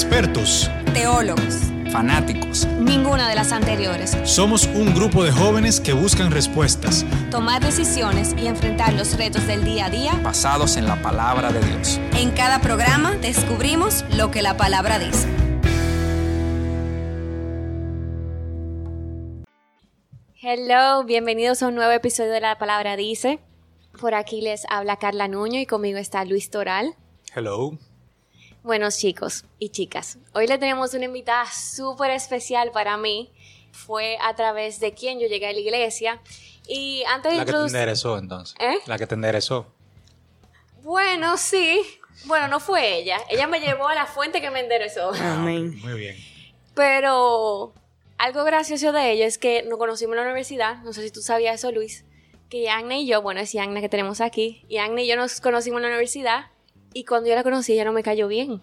expertos, teólogos, fanáticos. Ninguna de las anteriores. Somos un grupo de jóvenes que buscan respuestas, tomar decisiones y enfrentar los retos del día a día basados en la palabra de Dios. En cada programa descubrimos lo que la palabra dice. Hello, bienvenidos a un nuevo episodio de La Palabra Dice. Por aquí les habla Carla Nuño y conmigo está Luis Toral. Hello. Buenos chicos y chicas, hoy le tenemos una invitada súper especial para mí. Fue a través de quien yo llegué a la iglesia. Y antes de La que te enderezó entonces. La que te enderezó. Bueno, sí. Bueno, no fue ella. Ella me llevó a la fuente que me enderezó. Amén. Muy bien. Pero algo gracioso de ello es que nos conocimos en la universidad. No sé si tú sabías eso, Luis. Que Yagna y yo, bueno, es Yagna que tenemos aquí. Yagna y yo nos conocimos en la universidad. Y cuando yo la conocí, ella no me cayó bien.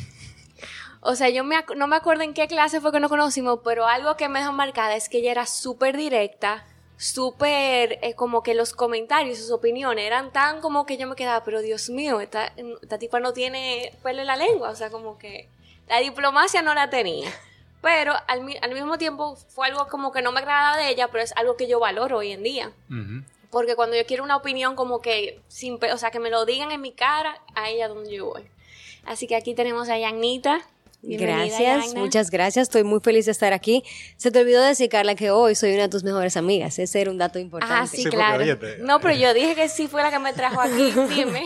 O sea, no me acuerdo en qué clase fue que nos conocimos, pero algo que me dejó marcada es que ella era súper directa, súper, como que los comentarios, sus opiniones eran tan como que yo me quedaba, pero Dios mío, esta tipa no tiene pelo en la lengua, o sea, como que la diplomacia no la tenía. Pero al mismo tiempo fue algo como que no me agradaba de ella, pero es algo que yo valoro hoy en día. Uh-huh. Porque cuando yo quiero una opinión como que, o sea, que me lo digan en mi cara, a ella donde yo voy. Así que aquí tenemos a Yagnita. Gracias, Yagna. Muchas gracias. Estoy muy feliz de estar aquí. Se te olvidó decir, Carla, que hoy soy una de tus mejores amigas. Ese era un dato importante. Ah, sí, claro. No, pero yo dije que sí fue la que me trajo aquí. Dime.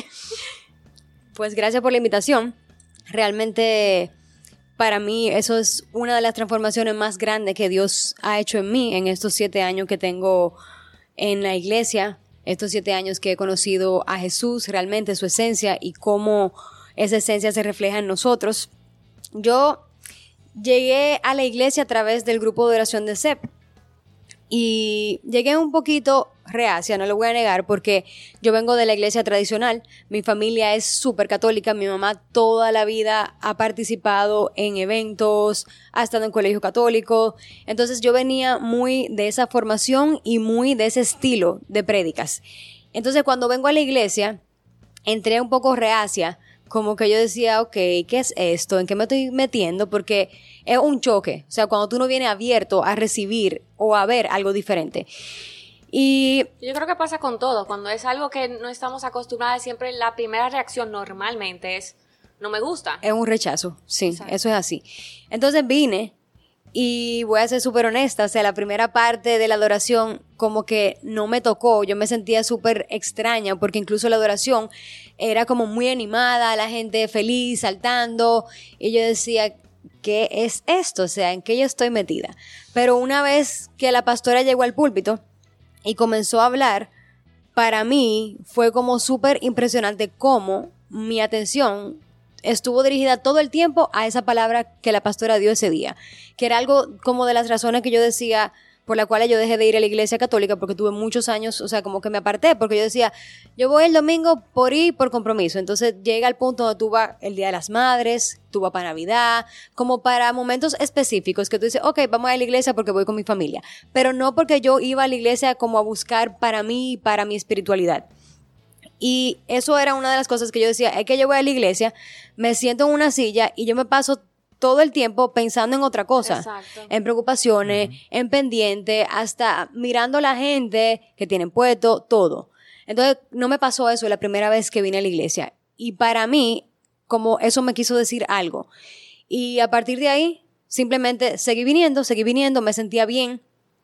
Pues gracias por la invitación. Realmente, para mí, eso es una de las transformaciones más grandes que Dios ha hecho en mí en estos 7 años que tengo en la iglesia, estos 7 años que he conocido a Jesús, realmente su esencia y cómo esa esencia se refleja en nosotros. Yo llegué a la iglesia a través del grupo de oración de CEP y llegué un poquito reacia, no lo voy a negar, porque yo vengo de la iglesia tradicional, mi familia es súper católica, mi mamá toda la vida ha participado en eventos, ha estado en colegio católico, entonces yo venía muy de esa formación y muy de ese estilo de prédicas. Entonces cuando vengo a la iglesia, entré un poco reacia, como que yo decía, ok, ¿qué es esto? ¿En qué me estoy metiendo? Porque es un choque, o sea, cuando tú no vienes abierto a recibir o a ver algo diferente. Y yo creo que pasa con todo, cuando es algo que no estamos acostumbrados, siempre la primera reacción normalmente es, no me gusta. Es un rechazo, sí, exacto. Eso es así. Entonces vine y voy a ser súper honesta, o sea, la primera parte de la adoración como que no me tocó, yo me sentía súper extraña porque incluso la adoración era como muy animada, la gente feliz, saltando, y yo decía, ¿qué es esto? O sea, ¿en qué yo estoy metida? Pero una vez que la pastora llegó al púlpito y comenzó a hablar, para mí fue como súper impresionante cómo mi atención estuvo dirigida todo el tiempo a esa palabra que la pastora dio ese día, que era algo como de las razones que yo decía por la cual yo dejé de ir a la iglesia católica, porque tuve muchos años, o sea, como que me aparté, porque yo decía, yo voy el domingo por ir por compromiso, entonces llega el punto donde tú vas el Día de las Madres, tú vas para Navidad, como para momentos específicos que tú dices, ok, vamos a la iglesia porque voy con mi familia, pero no porque yo iba a la iglesia como a buscar para mí, para mi espiritualidad. Y eso era una de las cosas que yo decía, es que yo voy a la iglesia, me siento en una silla y yo me paso todo el tiempo pensando en otra cosa. Exacto. En preocupaciones, en pendiente, hasta mirando a la gente que tienen puesto, todo. Entonces, no me pasó eso la primera vez que vine a la iglesia. Y para mí, como eso me quiso decir algo. Y a partir de ahí, simplemente seguí viniendo, me sentía bien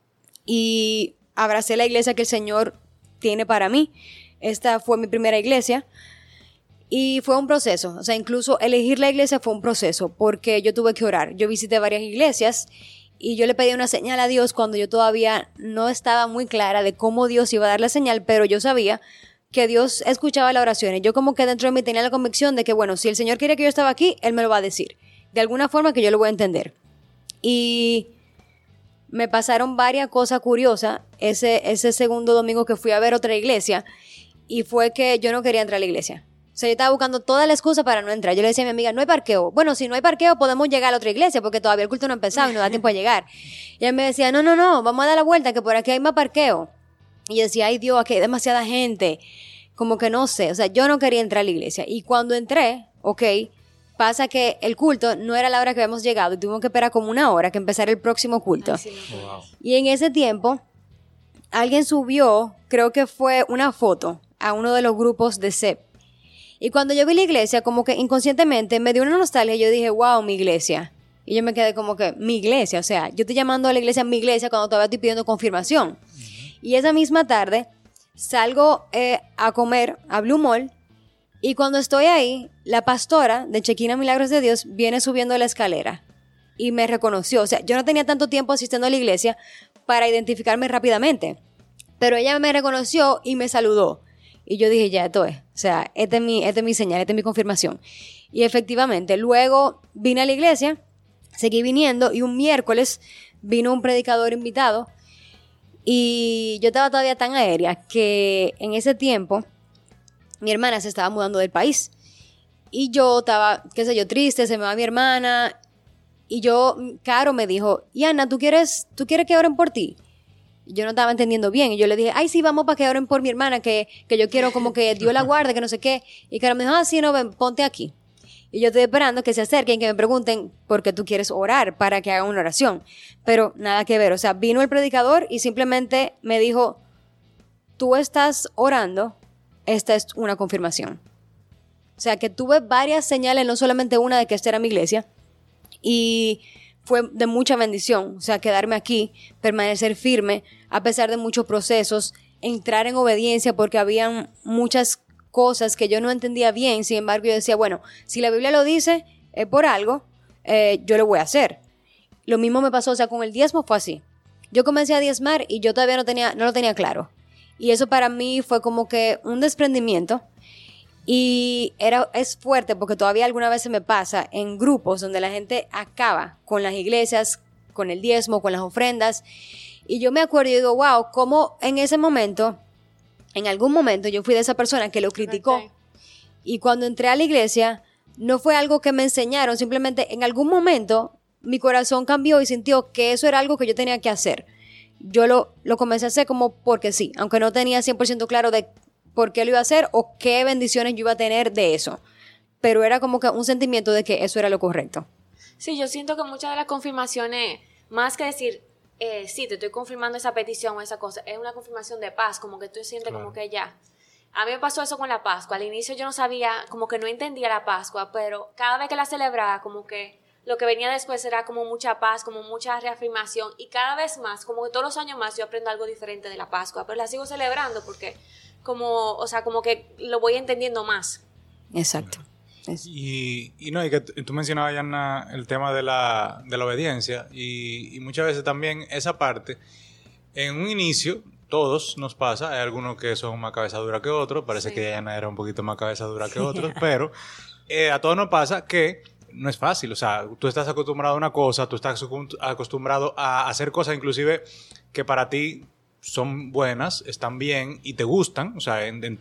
y abracé la iglesia que el Señor tiene para mí. Esta fue mi primera iglesia. Y fue un proceso, o sea, incluso elegir la iglesia fue un proceso, porque yo tuve que orar. Yo visité varias iglesias y yo le pedí una señal a Dios cuando yo todavía no estaba muy clara de cómo Dios iba a dar la señal, pero yo sabía que Dios escuchaba las oraciones. Yo como que dentro de mí tenía la convicción de que, bueno, si el Señor quiere que yo estaba aquí, Él me lo va a decir. De alguna forma que yo lo voy a entender. Y me pasaron varias cosas curiosas ese segundo domingo que fui a ver otra iglesia, y fue que yo no quería entrar a la iglesia. O sea, yo estaba buscando toda la excusa para no entrar. Yo le decía a mi amiga, no hay parqueo. Bueno, si no hay parqueo, podemos llegar a la otra iglesia, porque todavía el culto no ha empezado y no da tiempo a llegar. Y ella me decía, no, vamos a dar la vuelta, que por aquí hay más parqueo. Y yo decía, ay Dios, aquí hay demasiada gente. Como que no sé, o sea, yo no quería entrar a la iglesia. Y cuando entré, ok, pasa que el culto no era la hora que habíamos llegado y tuvimos que esperar como 1 hora que empezara el próximo culto. Ay, sí, Wow. Y en ese tiempo, alguien subió, creo que fue una foto, a uno de los grupos de CEP. Y cuando yo vi la iglesia, como que inconscientemente me dio una nostalgia y yo dije, wow, mi iglesia. Y yo me quedé como que, mi iglesia, o sea, yo estoy llamando a la iglesia mi iglesia cuando todavía estoy pidiendo confirmación. Y esa misma tarde salgo a comer a Blue Mall y cuando estoy ahí, la pastora de Chequina Milagros de Dios viene subiendo la escalera y me reconoció. O sea, yo no tenía tanto tiempo asistiendo a la iglesia para identificarme rápidamente, pero ella me reconoció y me saludó. Y yo dije, ya, esto es. O sea, esta es mi señal, esta es mi confirmación. Y efectivamente, luego vine a la iglesia, seguí viniendo y un miércoles vino un predicador invitado y yo estaba todavía tan aérea que en ese tiempo mi hermana se estaba mudando del país y yo estaba, qué sé yo, triste, se me va mi hermana y Caro me dijo, y Ana, ¿tú quieres que oren por ti? Yo no estaba entendiendo bien y yo le dije, ay sí, vamos para que oren por mi hermana que yo quiero como que Dios la guarde, que no sé qué. Y Caro me dijo, sí, no, ven, ponte aquí. Y yo estoy esperando que se acerquen, que me pregunten por qué tú quieres orar para que haga una oración. Pero nada que ver, o sea, vino el predicador y simplemente me dijo, tú estás orando, esta es una confirmación. O sea, que tuve varias señales, no solamente una de que esta era mi iglesia, y fue de mucha bendición, o sea, quedarme aquí, permanecer firme, a pesar de muchos procesos, entrar en obediencia porque habían muchas cosas que yo no entendía bien, sin embargo yo decía, bueno, si la Biblia lo dice, es por algo, yo lo voy a hacer. Lo mismo me pasó, o sea, con el diezmo fue así. Yo comencé a diezmar y yo todavía no lo tenía claro. Y eso para mí fue como que un desprendimiento. Y es fuerte porque todavía alguna vez se me pasa en grupos donde la gente acaba con las iglesias, con el diezmo, con las ofrendas. Y yo me acuerdo y digo, wow, cómo en ese momento, en algún momento yo fui de esa persona que lo criticó. Okay. Y cuando entré a la iglesia, no fue algo que me enseñaron, simplemente en algún momento mi corazón cambió y sintió que eso era algo que yo tenía que hacer. Yo lo comencé a hacer como porque sí, aunque no tenía 100% claro de por qué lo iba a hacer o qué bendiciones yo iba a tener de eso. Pero era como que un sentimiento de que eso era lo correcto. Sí, yo siento que muchas de las confirmaciones, más que decir, sí, te estoy confirmando esa petición o esa cosa, es una confirmación de paz, como que tú sientes como que ya. A mí me pasó eso con la Pascua. Al inicio yo no sabía, como que no entendía la Pascua, pero cada vez que la celebraba, como que lo que venía después era como mucha paz, como mucha reafirmación. Y cada vez más, como que todos los años más, yo aprendo algo diferente de la Pascua. Pero la sigo celebrando porque como que lo voy entendiendo más. Exacto. Y que tú mencionabas, Yana, el tema de la obediencia y muchas veces también esa parte, en un inicio, todos nos pasa, hay algunos que son más cabeza dura que otros, parece que Yana era un poquito más cabeza dura que otros, pero a todos nos pasa que no es fácil, o sea, tú estás acostumbrado a una cosa, tú estás acostumbrado a hacer cosas inclusive que para ti son buenas, están bien y te gustan, o sea, en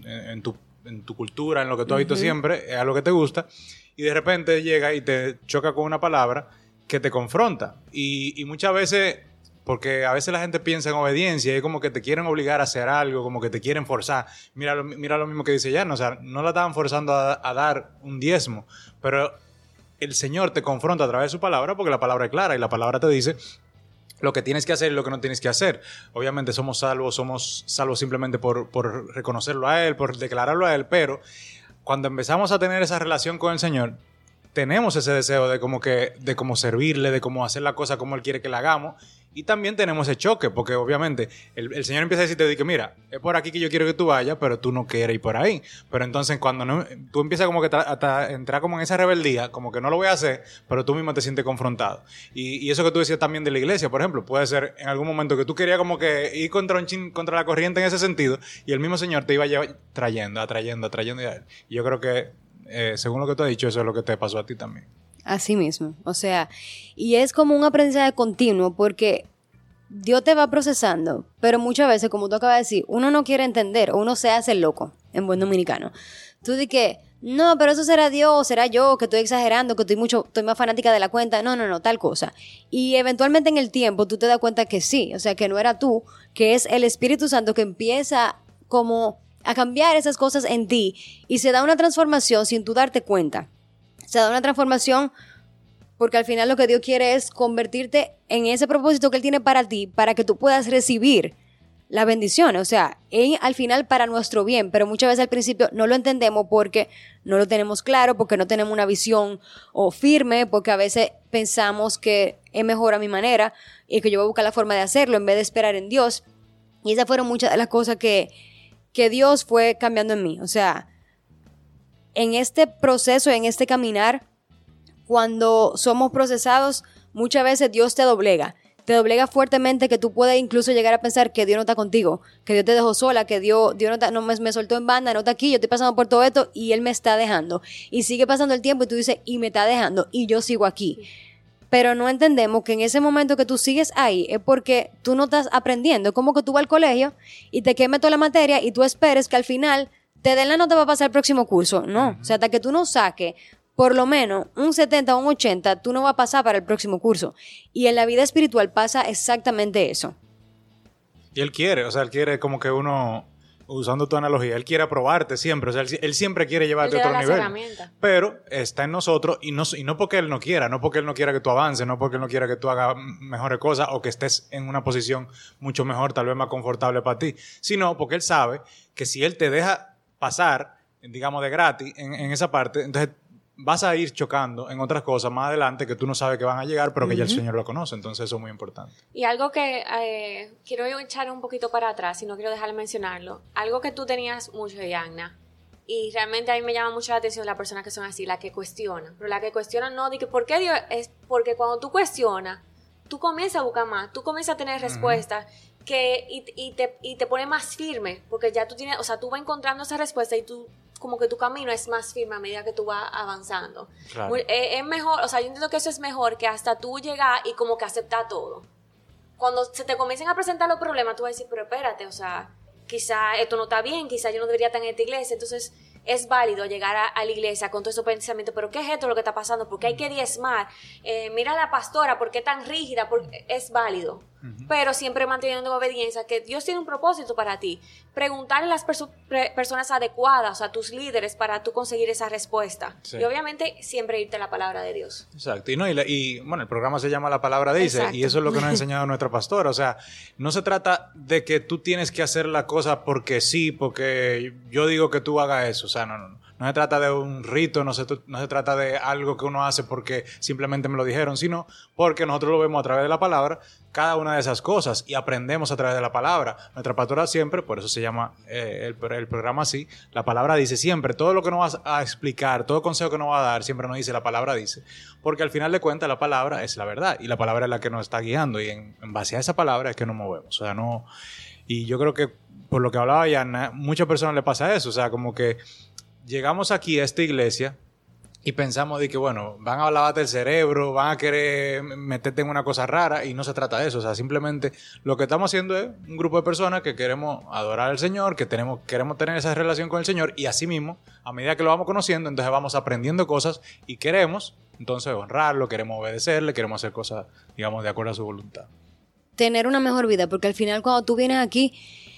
tu cultura, en lo que tú has visto siempre, es algo que te gusta, y de repente llega y te choca con una palabra que te confronta. Y muchas veces, porque a veces la gente piensa en obediencia y es como que te quieren obligar a hacer algo, como que te quieren forzar. Mira lo mismo que dice Yana, o sea, no la estaban forzando a dar un diezmo, pero el Señor te confronta a través de su palabra porque la palabra es clara y la palabra te dice lo que tienes que hacer y lo que no tienes que hacer. Obviamente somos salvos simplemente por reconocerlo a Él, por declararlo a Él, pero cuando empezamos a tener esa relación con el Señor, tenemos ese deseo de como servirle, de cómo hacer la cosa como Él quiere que la hagamos, y también tenemos ese choque, porque obviamente el Señor empieza a decirte que mira, es por aquí que yo quiero que tú vayas, pero tú no quieres ir por ahí. Pero entonces cuando tú empiezas como que a entrar como en esa rebeldía, como que no lo voy a hacer, pero tú mismo te sientes confrontado. Y eso que tú decías también de la iglesia, por ejemplo, puede ser en algún momento que tú querías como que ir contra la corriente en ese sentido, y el mismo Señor te iba atrayendo a Él. Y yo creo que, según lo que tú has dicho, eso es lo que te pasó a ti también. Así mismo, o sea, y es como un aprendizaje continuo porque Dios te va procesando, pero muchas veces, como tú acabas de decir, uno no quiere entender o uno se hace loco, en buen dominicano. Tú dices que, no, pero eso será Dios, será yo, que estoy exagerando, que estoy más fanática de la cuenta, no, tal cosa. Y eventualmente en el tiempo tú te das cuenta que sí, o sea, que no era tú, que es el Espíritu Santo que empieza como a cambiar esas cosas en ti y se da una transformación sin tú darte cuenta. Se da una transformación porque al final lo que Dios quiere es convertirte en ese propósito que Él tiene para ti, para que tú puedas recibir la bendición. O sea, al final para nuestro bien, pero muchas veces al principio no lo entendemos porque no lo tenemos claro, porque no tenemos una visión firme, porque a veces pensamos que es mejor a mi manera y que yo voy a buscar la forma de hacerlo en vez de esperar en Dios. Y esas fueron muchas de las cosas que Dios fue cambiando en mí. O sea, en este proceso, en este caminar, cuando somos procesados, muchas veces Dios te doblega fuertemente, que tú puedes incluso llegar a pensar que Dios no está contigo, que Dios te dejó sola, que Dios no me soltó en banda, no está aquí, yo estoy pasando por todo esto y Él me está dejando. Y sigue pasando el tiempo y tú dices, y me está dejando, y yo sigo aquí. Pero no entendemos que en ese momento que tú sigues ahí es porque tú no estás aprendiendo. Es como que tú vas al colegio y te queme toda la materia y tú esperes que al final te den la nota para pasar el próximo curso. No, o sea, hasta que tú no saques por lo menos un 70 o un 80, tú no vas a pasar para el próximo curso. Y en la vida espiritual pasa exactamente eso. Y Él quiere como que uno, usando tu analogía, Él quiere aprobarte siempre. O sea, Él siempre quiere llevarte a otro nivel. Pero está en nosotros y no porque Él no quiera, no porque Él no quiera que tú avances, no porque Él no quiera que tú hagas mejores cosas o que estés en una posición mucho mejor, tal vez más confortable para ti, sino porque Él sabe que si Él te deja pasar, digamos, de gratis en esa parte, entonces vas a ir chocando en otras cosas más adelante que tú no sabes que van a llegar, pero que ya el Señor lo conoce. Entonces eso es muy importante. Y algo que quiero echar un poquito para atrás y no quiero dejar de mencionarlo. Algo que tú tenías mucho, Yanna, y realmente a mí me llama mucho la atención las personas que son así, la que cuestionan. Pero la que cuestiona no, de que ¿por qué Dios? Es porque cuando tú cuestionas, tú comienzas a buscar más, tú comienzas a tener respuestas y te pone más firme, porque ya tú tienes, o sea, tú vas encontrando esa respuesta y tú como que tu camino es más firme a medida que tú vas avanzando. Claro. Es mejor, o sea, yo entiendo que eso es mejor que hasta tú llegar y como que aceptar todo. Cuando se te comiencen a presentar los problemas, tú vas a decir, pero espérate, o sea, quizá esto no está bien, quizá yo no debería estar en esta iglesia. Entonces es válido llegar a la iglesia con todo esos pensamientos, pero ¿qué es esto lo que está pasando? ¿Por qué hay que diezmar? Mira a la pastora, ¿por qué tan rígida? Es válido. Pero siempre manteniendo obediencia, que Dios tiene un propósito para ti. Preguntarle a las personas adecuadas, o sea, a tus líderes, para tú conseguir esa respuesta. Sí. Y obviamente siempre irte a la palabra de Dios. Exacto. Y bueno, el programa se llama La Palabra Dice. Exacto. Y eso es lo que nos ha enseñado nuestra pastora. O sea, no se trata de que tú tienes que hacer la cosa porque sí, porque yo digo que tú hagas eso. O sea, no se trata de un rito, no se trata de algo que uno hace porque simplemente me lo dijeron, sino porque nosotros lo vemos a través de la palabra, cada una de esas cosas, y aprendemos a través de la palabra. Nuestra pastora siempre, por eso se llama el programa así, La Palabra Dice siempre. Todo lo que nos va a explicar, todo consejo que nos va a dar, siempre nos dice La Palabra Dice. Porque al final de cuentas la palabra es la verdad, y la palabra es la que nos está guiando, y en base a esa palabra es que nos movemos. O sea, no... Y yo creo que, por lo que hablaba Yanna, muchas personas le pasa eso. O sea, como que llegamos aquí a esta iglesia y pensamos de que, bueno, van a lavarte el cerebro, van a querer meterte en una cosa rara, y no se trata de eso. O sea, simplemente lo que estamos haciendo es un grupo de personas que queremos adorar al Señor, que queremos tener esa relación con el Señor, y así mismo, a medida que lo vamos conociendo, entonces vamos aprendiendo cosas y queremos, entonces, honrarlo, queremos obedecerle, queremos hacer cosas, digamos, de acuerdo a su voluntad. Tener una mejor vida, porque al final cuando tú vienes aquí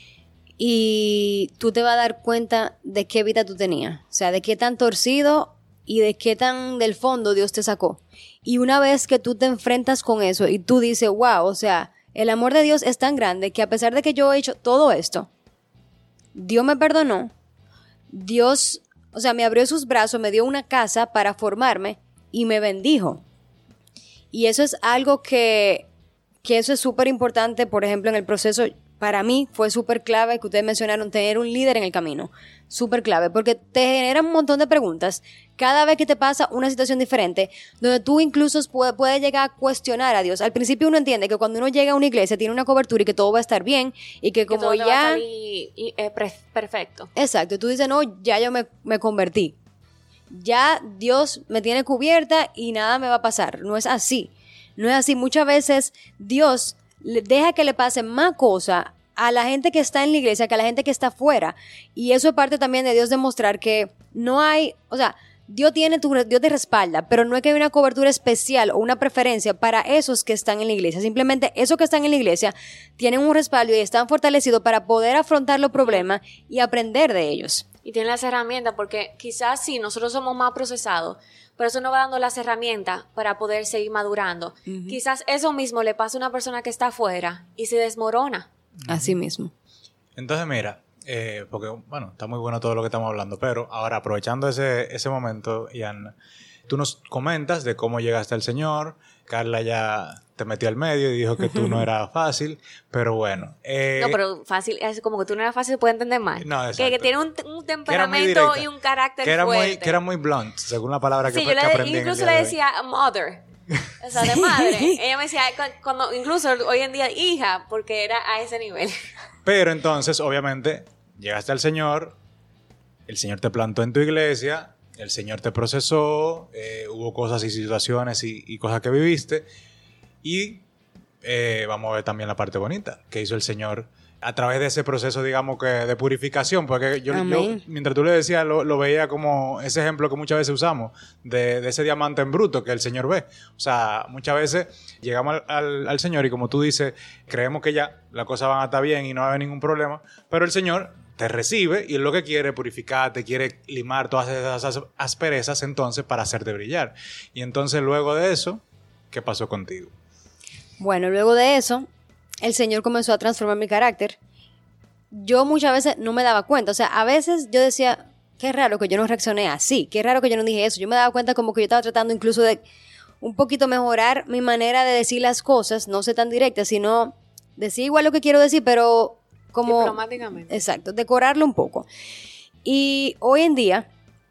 y tú te vas a dar cuenta de qué vida tú tenías, o sea, de qué tan torcido y de qué tan del fondo Dios te sacó. Y una vez que tú te enfrentas con eso y tú dices, wow, o sea, el amor de Dios es tan grande que a pesar de que yo he hecho todo esto, Dios me perdonó, Dios, o sea, me abrió sus brazos, me dio una casa para formarme y me bendijo. Y eso es algo que eso es súper importante. Por ejemplo, en el proceso, para mí fue súper clave, que ustedes mencionaron, tener un líder en el camino. Súper clave, porque te generan un montón de preguntas cada vez que te pasa una situación diferente, donde tú incluso puedes llegar a cuestionar a Dios. Al principio uno entiende que cuando uno llega a una iglesia tiene una cobertura y que todo va a estar bien, y que como todo ya... va a salir perfecto. Exacto, tú dices, no, ya yo me convertí. Ya Dios me tiene cubierta y nada me va a pasar. No es así. No es así. Muchas veces Dios deja que le pasen más cosas a la gente que está en la iglesia que a la gente que está afuera. Y eso es parte también de Dios demostrar que no hay, o sea, Dios te respalda, pero no es que haya una cobertura especial o una preferencia para esos que están en la iglesia. Simplemente esos que están en la iglesia tienen un respaldo y están fortalecidos para poder afrontar los problemas y aprender de ellos. Y tiene las herramientas, porque quizás sí, nosotros somos más procesados, pero eso nos va dando las herramientas para poder seguir madurando. Quizás eso mismo le pasa a una persona que está afuera y se desmorona. Así mismo. Entonces, mira, porque, bueno, está muy bueno todo lo que estamos hablando, pero ahora, aprovechando ese momento, Yanna, tú nos comentas de cómo llegaste al Señor. Carla ya te metió al medio y dijo que tú no era fácil, pero bueno. No, pero fácil, es como que tú no eras fácil, se puede entender mal. No, exacto. Que tiene un temperamento y un carácter fuerte. Que era muy blunt, según la palabra que yo aprendí. Incluso le decía mother, o sea, de madre. Ella me decía, cuando, incluso hoy en día, hija, porque era a ese nivel. Pero entonces, obviamente, llegaste al Señor, el Señor te plantó en tu iglesia, el Señor te procesó, hubo cosas y situaciones y cosas que viviste. Y vamos a ver también la parte bonita que hizo el Señor a través de ese proceso, digamos, que de purificación. Porque yo mientras tú le decías, lo veía como ese ejemplo que muchas veces usamos, de ese diamante en bruto que el Señor ve. O sea, muchas veces llegamos al Señor y, como tú dices, creemos que ya las cosas van a estar bien y no va a haber ningún problema. Pero el Señor te recibe y lo que quiere purificarte, quiere limar todas esas asperezas entonces para hacerte brillar. Y entonces luego de eso, ¿qué pasó contigo? Bueno, luego de eso, el Señor comenzó a transformar mi carácter. Yo muchas veces no me daba cuenta. O sea, a veces yo decía, qué raro que yo no reaccioné así, qué raro que yo no dije eso. Yo me daba cuenta como que yo estaba tratando incluso de un poquito mejorar mi manera de decir las cosas, no ser tan directa, sino decir igual lo que quiero decir, pero como... diplomáticamente. Exacto, decorarlo un poco. Y hoy en día,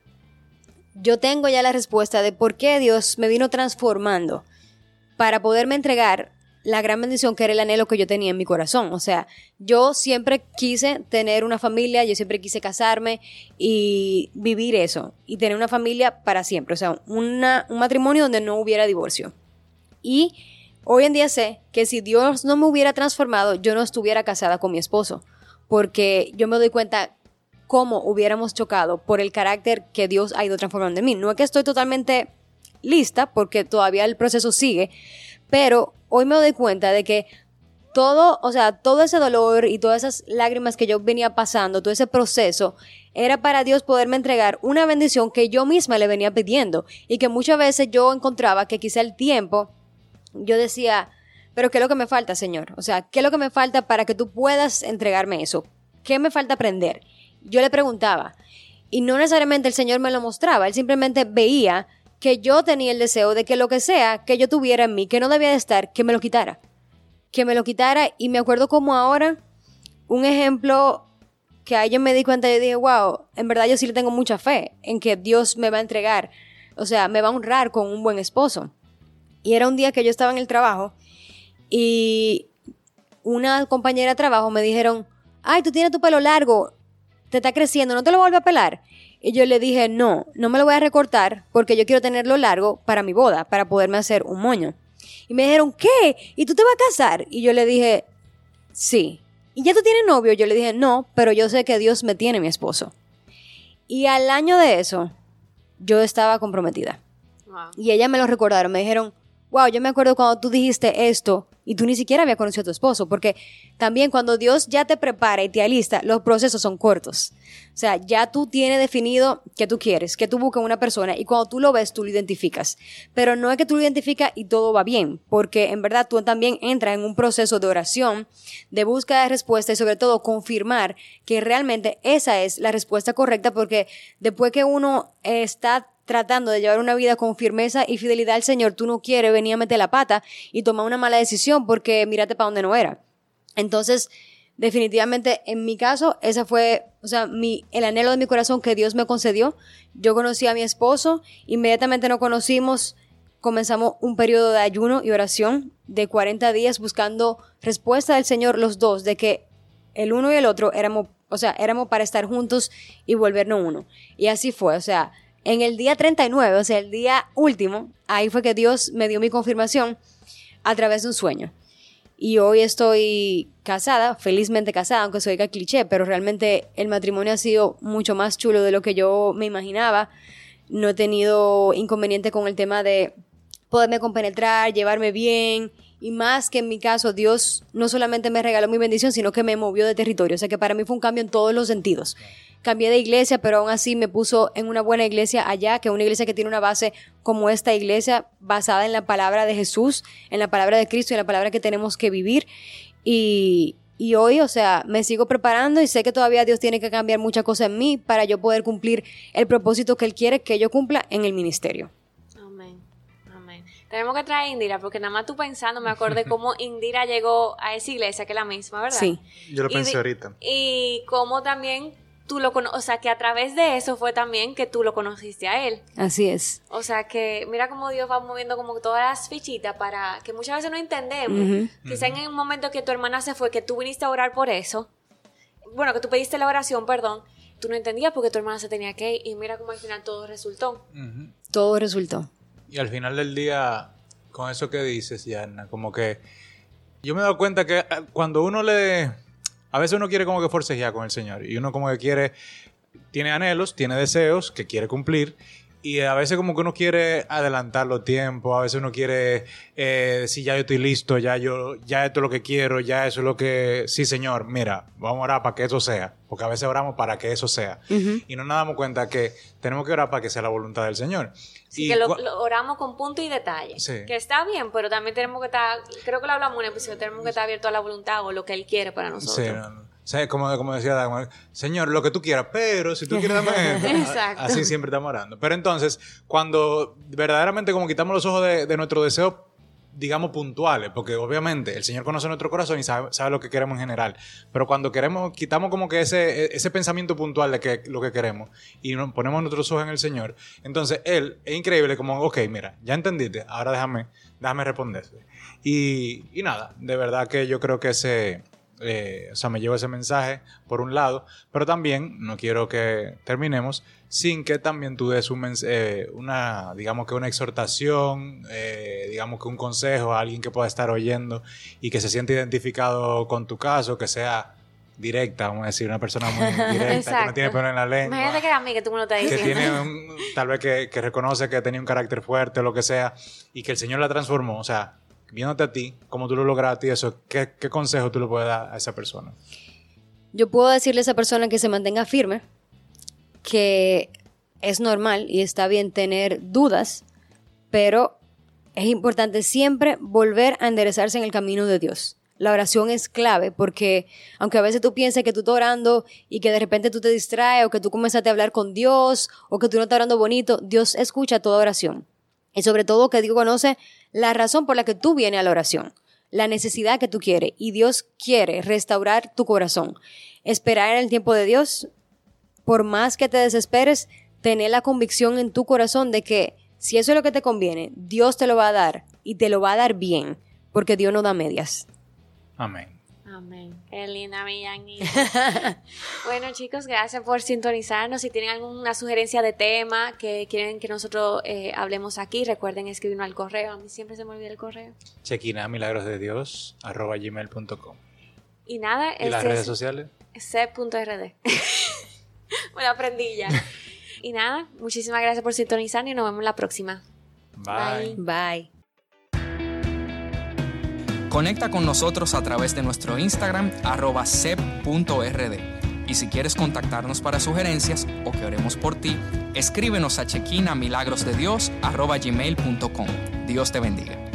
yo tengo ya la respuesta de por qué Dios me vino transformando para poderme entregar la gran bendición que era el anhelo que yo tenía en mi corazón. O sea, yo siempre quise tener una familia, yo siempre quise casarme y vivir eso, y tener una familia para siempre. O sea, un matrimonio donde no hubiera divorcio. Y hoy en día sé que si Dios no me hubiera transformado, yo no estuviera casada con mi esposo, porque yo me doy cuenta cómo hubiéramos chocado por el carácter que Dios ha ido transformando en mí. No es que estoy totalmente lista, porque todavía el proceso sigue, pero hoy me doy cuenta de que todo ese dolor y todas esas lágrimas que yo venía pasando, todo ese proceso, era para Dios poderme entregar una bendición que yo misma le venía pidiendo, y que muchas veces yo encontraba que quizá el tiempo, yo decía, pero ¿qué es lo que me falta, Señor? O sea, ¿qué es lo que me falta para que tú puedas entregarme eso? ¿Qué me falta aprender? Yo le preguntaba, y no necesariamente el Señor me lo mostraba, Él simplemente veía que yo tenía el deseo de que lo que sea que yo tuviera en mí, que no debía de estar, que me lo quitara. Que me lo quitara. Y me acuerdo como ahora, un ejemplo que a yo me di cuenta, yo dije, wow, en verdad yo sí le tengo mucha fe en que Dios me va a entregar, o sea, me va a honrar con un buen esposo. Y era un día que yo estaba en el trabajo y una compañera de trabajo me dijeron, ay, tú tienes tu pelo largo, te está creciendo, ¿no te lo vuelves a pelar? Y yo le dije, no me lo voy a recortar porque yo quiero tenerlo largo para mi boda, para poderme hacer un moño. Y me dijeron, ¿qué? ¿Y tú te vas a casar? Y yo le dije, sí. ¿Y ya tú tienes novio? Yo le dije, no, pero yo sé que Dios me tiene mi esposo. Y al año de eso, yo estaba comprometida. Wow. Y ellas me lo recordaron, me dijeron, wow, yo me acuerdo cuando tú dijiste esto y tú ni siquiera habías conocido a tu esposo, porque también cuando Dios ya te prepara y te alista, los procesos son cortos. O sea, ya tú tienes definido qué tú quieres, qué tú buscas en una persona, y cuando tú lo ves, tú lo identificas. Pero no es que tú lo identificas y todo va bien, porque en verdad tú también entras en un proceso de oración, de búsqueda de respuesta y sobre todo confirmar que realmente esa es la respuesta correcta, porque después que uno está tratando de llevar una vida con firmeza y fidelidad al Señor, tú no quieres venir a meter la pata y tomar una mala decisión porque mírate para donde no era. Entonces, definitivamente, en mi caso, esa fue, o sea, el anhelo de mi corazón que Dios me concedió. Yo conocí a mi esposo, inmediatamente nos conocimos, comenzamos un periodo de ayuno y oración de 40 días buscando respuesta del Señor los dos, de que el uno y el otro éramos para estar juntos y volvernos uno. Y así fue, o sea, en el día 39, o sea, el día último, ahí fue que Dios me dio mi confirmación a través de un sueño. Y hoy estoy casada, felizmente casada, aunque se oiga cliché, pero realmente el matrimonio ha sido mucho más chulo de lo que yo me imaginaba. No he tenido inconveniente con el tema de poderme compenetrar, llevarme bien, y más que en mi caso, Dios no solamente me regaló mi bendición, sino que me movió de territorio. O sea que para mí fue un cambio en todos los sentidos. cambié de iglesia, pero aún así me puso en una buena iglesia allá, que es una iglesia que tiene una base como esta iglesia, basada en la palabra de Jesús, en la palabra de Cristo y en la palabra que tenemos que vivir. Y hoy, o sea, me sigo preparando y sé que todavía Dios tiene que cambiar muchas cosas en mí para yo poder cumplir el propósito que Él quiere que yo cumpla en el ministerio. Amén. Amén. Tenemos que traer a Indira, porque nada más tú pensando me acordé cómo Indira llegó a esa iglesia, que es la misma, ¿verdad? Sí. Yo lo pensé ahorita. Y cómo también tú lo conoces, o sea, que a través de eso fue también que tú lo conociste a él. Así es. O sea, que mira cómo Dios va moviendo como todas las fichitas para que muchas veces no entendemos. Ujú. Quizá en el momento que tu hermana se fue, que tú viniste a orar por eso, bueno, que tú pediste la oración, perdón, tú no entendías por qué tu hermana se tenía que ir, y mira cómo al final todo resultó. Ujú. Todo resultó. Y al final del día, con eso que dices, Yana, como que yo me he dado cuenta que cuando uno a veces uno quiere como que forcejear con el Señor y uno como que tiene anhelos, tiene deseos que quiere cumplir y a veces como que uno quiere adelantar los tiempos, a veces uno quiere decir ya yo estoy listo, ya esto es lo que quiero, ya eso es lo que... Sí, Señor, mira, vamos a orar para que eso sea, porque a veces oramos para que eso sea. Ujú. Y no nos damos cuenta que tenemos que orar para que sea la voluntad del Señor. Así Y que lo oramos con punto y detalle. Sí. Que está bien, pero también tenemos que estar, creo que lo hablamos en un episodio, tenemos que estar abiertos a la voluntad o lo que Él quiere para nosotros. Sí, no. O sea, como decía Dagmar, Señor, lo que tú quieras, pero si tú quieres darme esto. Exacto. Así siempre estamos orando. Pero entonces, cuando verdaderamente como quitamos los ojos de nuestro deseo, digamos, puntuales, porque obviamente el Señor conoce nuestro corazón y sabe lo que queremos en general, pero cuando quitamos como que ese pensamiento puntual de que lo que queremos y nos ponemos nuestros ojos en el Señor, entonces Él es increíble, como, ok, mira, ya entendiste, ahora déjame responderte. Y nada, de verdad que yo creo que o sea, me llevo ese mensaje por un lado, pero también no quiero que terminemos sin que también tú des digamos que una exhortación, digamos que un consejo a alguien que pueda estar oyendo y que se siente identificado con tu caso, que sea directa, vamos a decir, una persona muy directa, Exacto. que no tiene pelo en la lengua, Imagínate que era a mí que tú me lo estás que diciendo. tiene tal vez que reconoce que tenía un carácter fuerte o lo que sea, y que el Señor la transformó, o sea, viéndote a ti, cómo tú lo lograste y eso, ¿qué consejo tú le puedes dar a esa persona? Yo puedo decirle a esa persona que se mantenga firme, que es normal y está bien tener dudas, pero es importante siempre volver a enderezarse en el camino de Dios. La oración es clave porque aunque a veces tú pienses que tú estás orando y que de repente tú te distraes o que tú comenzaste a hablar con Dios o que tú no estás orando bonito, Dios escucha toda oración. Y sobre todo que Dios conoce la razón por la que tú vienes a la oración, la necesidad que tú quieres, y Dios quiere restaurar tu corazón. Esperar en el tiempo de Dios, por más que te desesperes, tener la convicción en tu corazón de que si eso es lo que te conviene, Dios te lo va a dar y te lo va a dar bien, porque Dios no da medias. Amén. Amén. Qué linda mi Yanni. Bueno, chicos, gracias por sintonizarnos. Si tienen alguna sugerencia de tema que quieren que nosotros hablemos aquí, recuerden escribirnos al correo. A mí siempre se me olvida el correo. chequina@milagrosdedios.gmail.com. Y nada, ¿Y las redes sociales? c.rd. Me lo aprendí ya. Y nada, muchísimas gracias por sintonizarnos y nos vemos la próxima. Bye. Bye. Conecta con nosotros a través de nuestro Instagram @cep.rd. Y si quieres contactarnos para sugerencias o que oremos por ti, escríbenos a chequina@milagrosdedios.gmail.com. Dios te bendiga.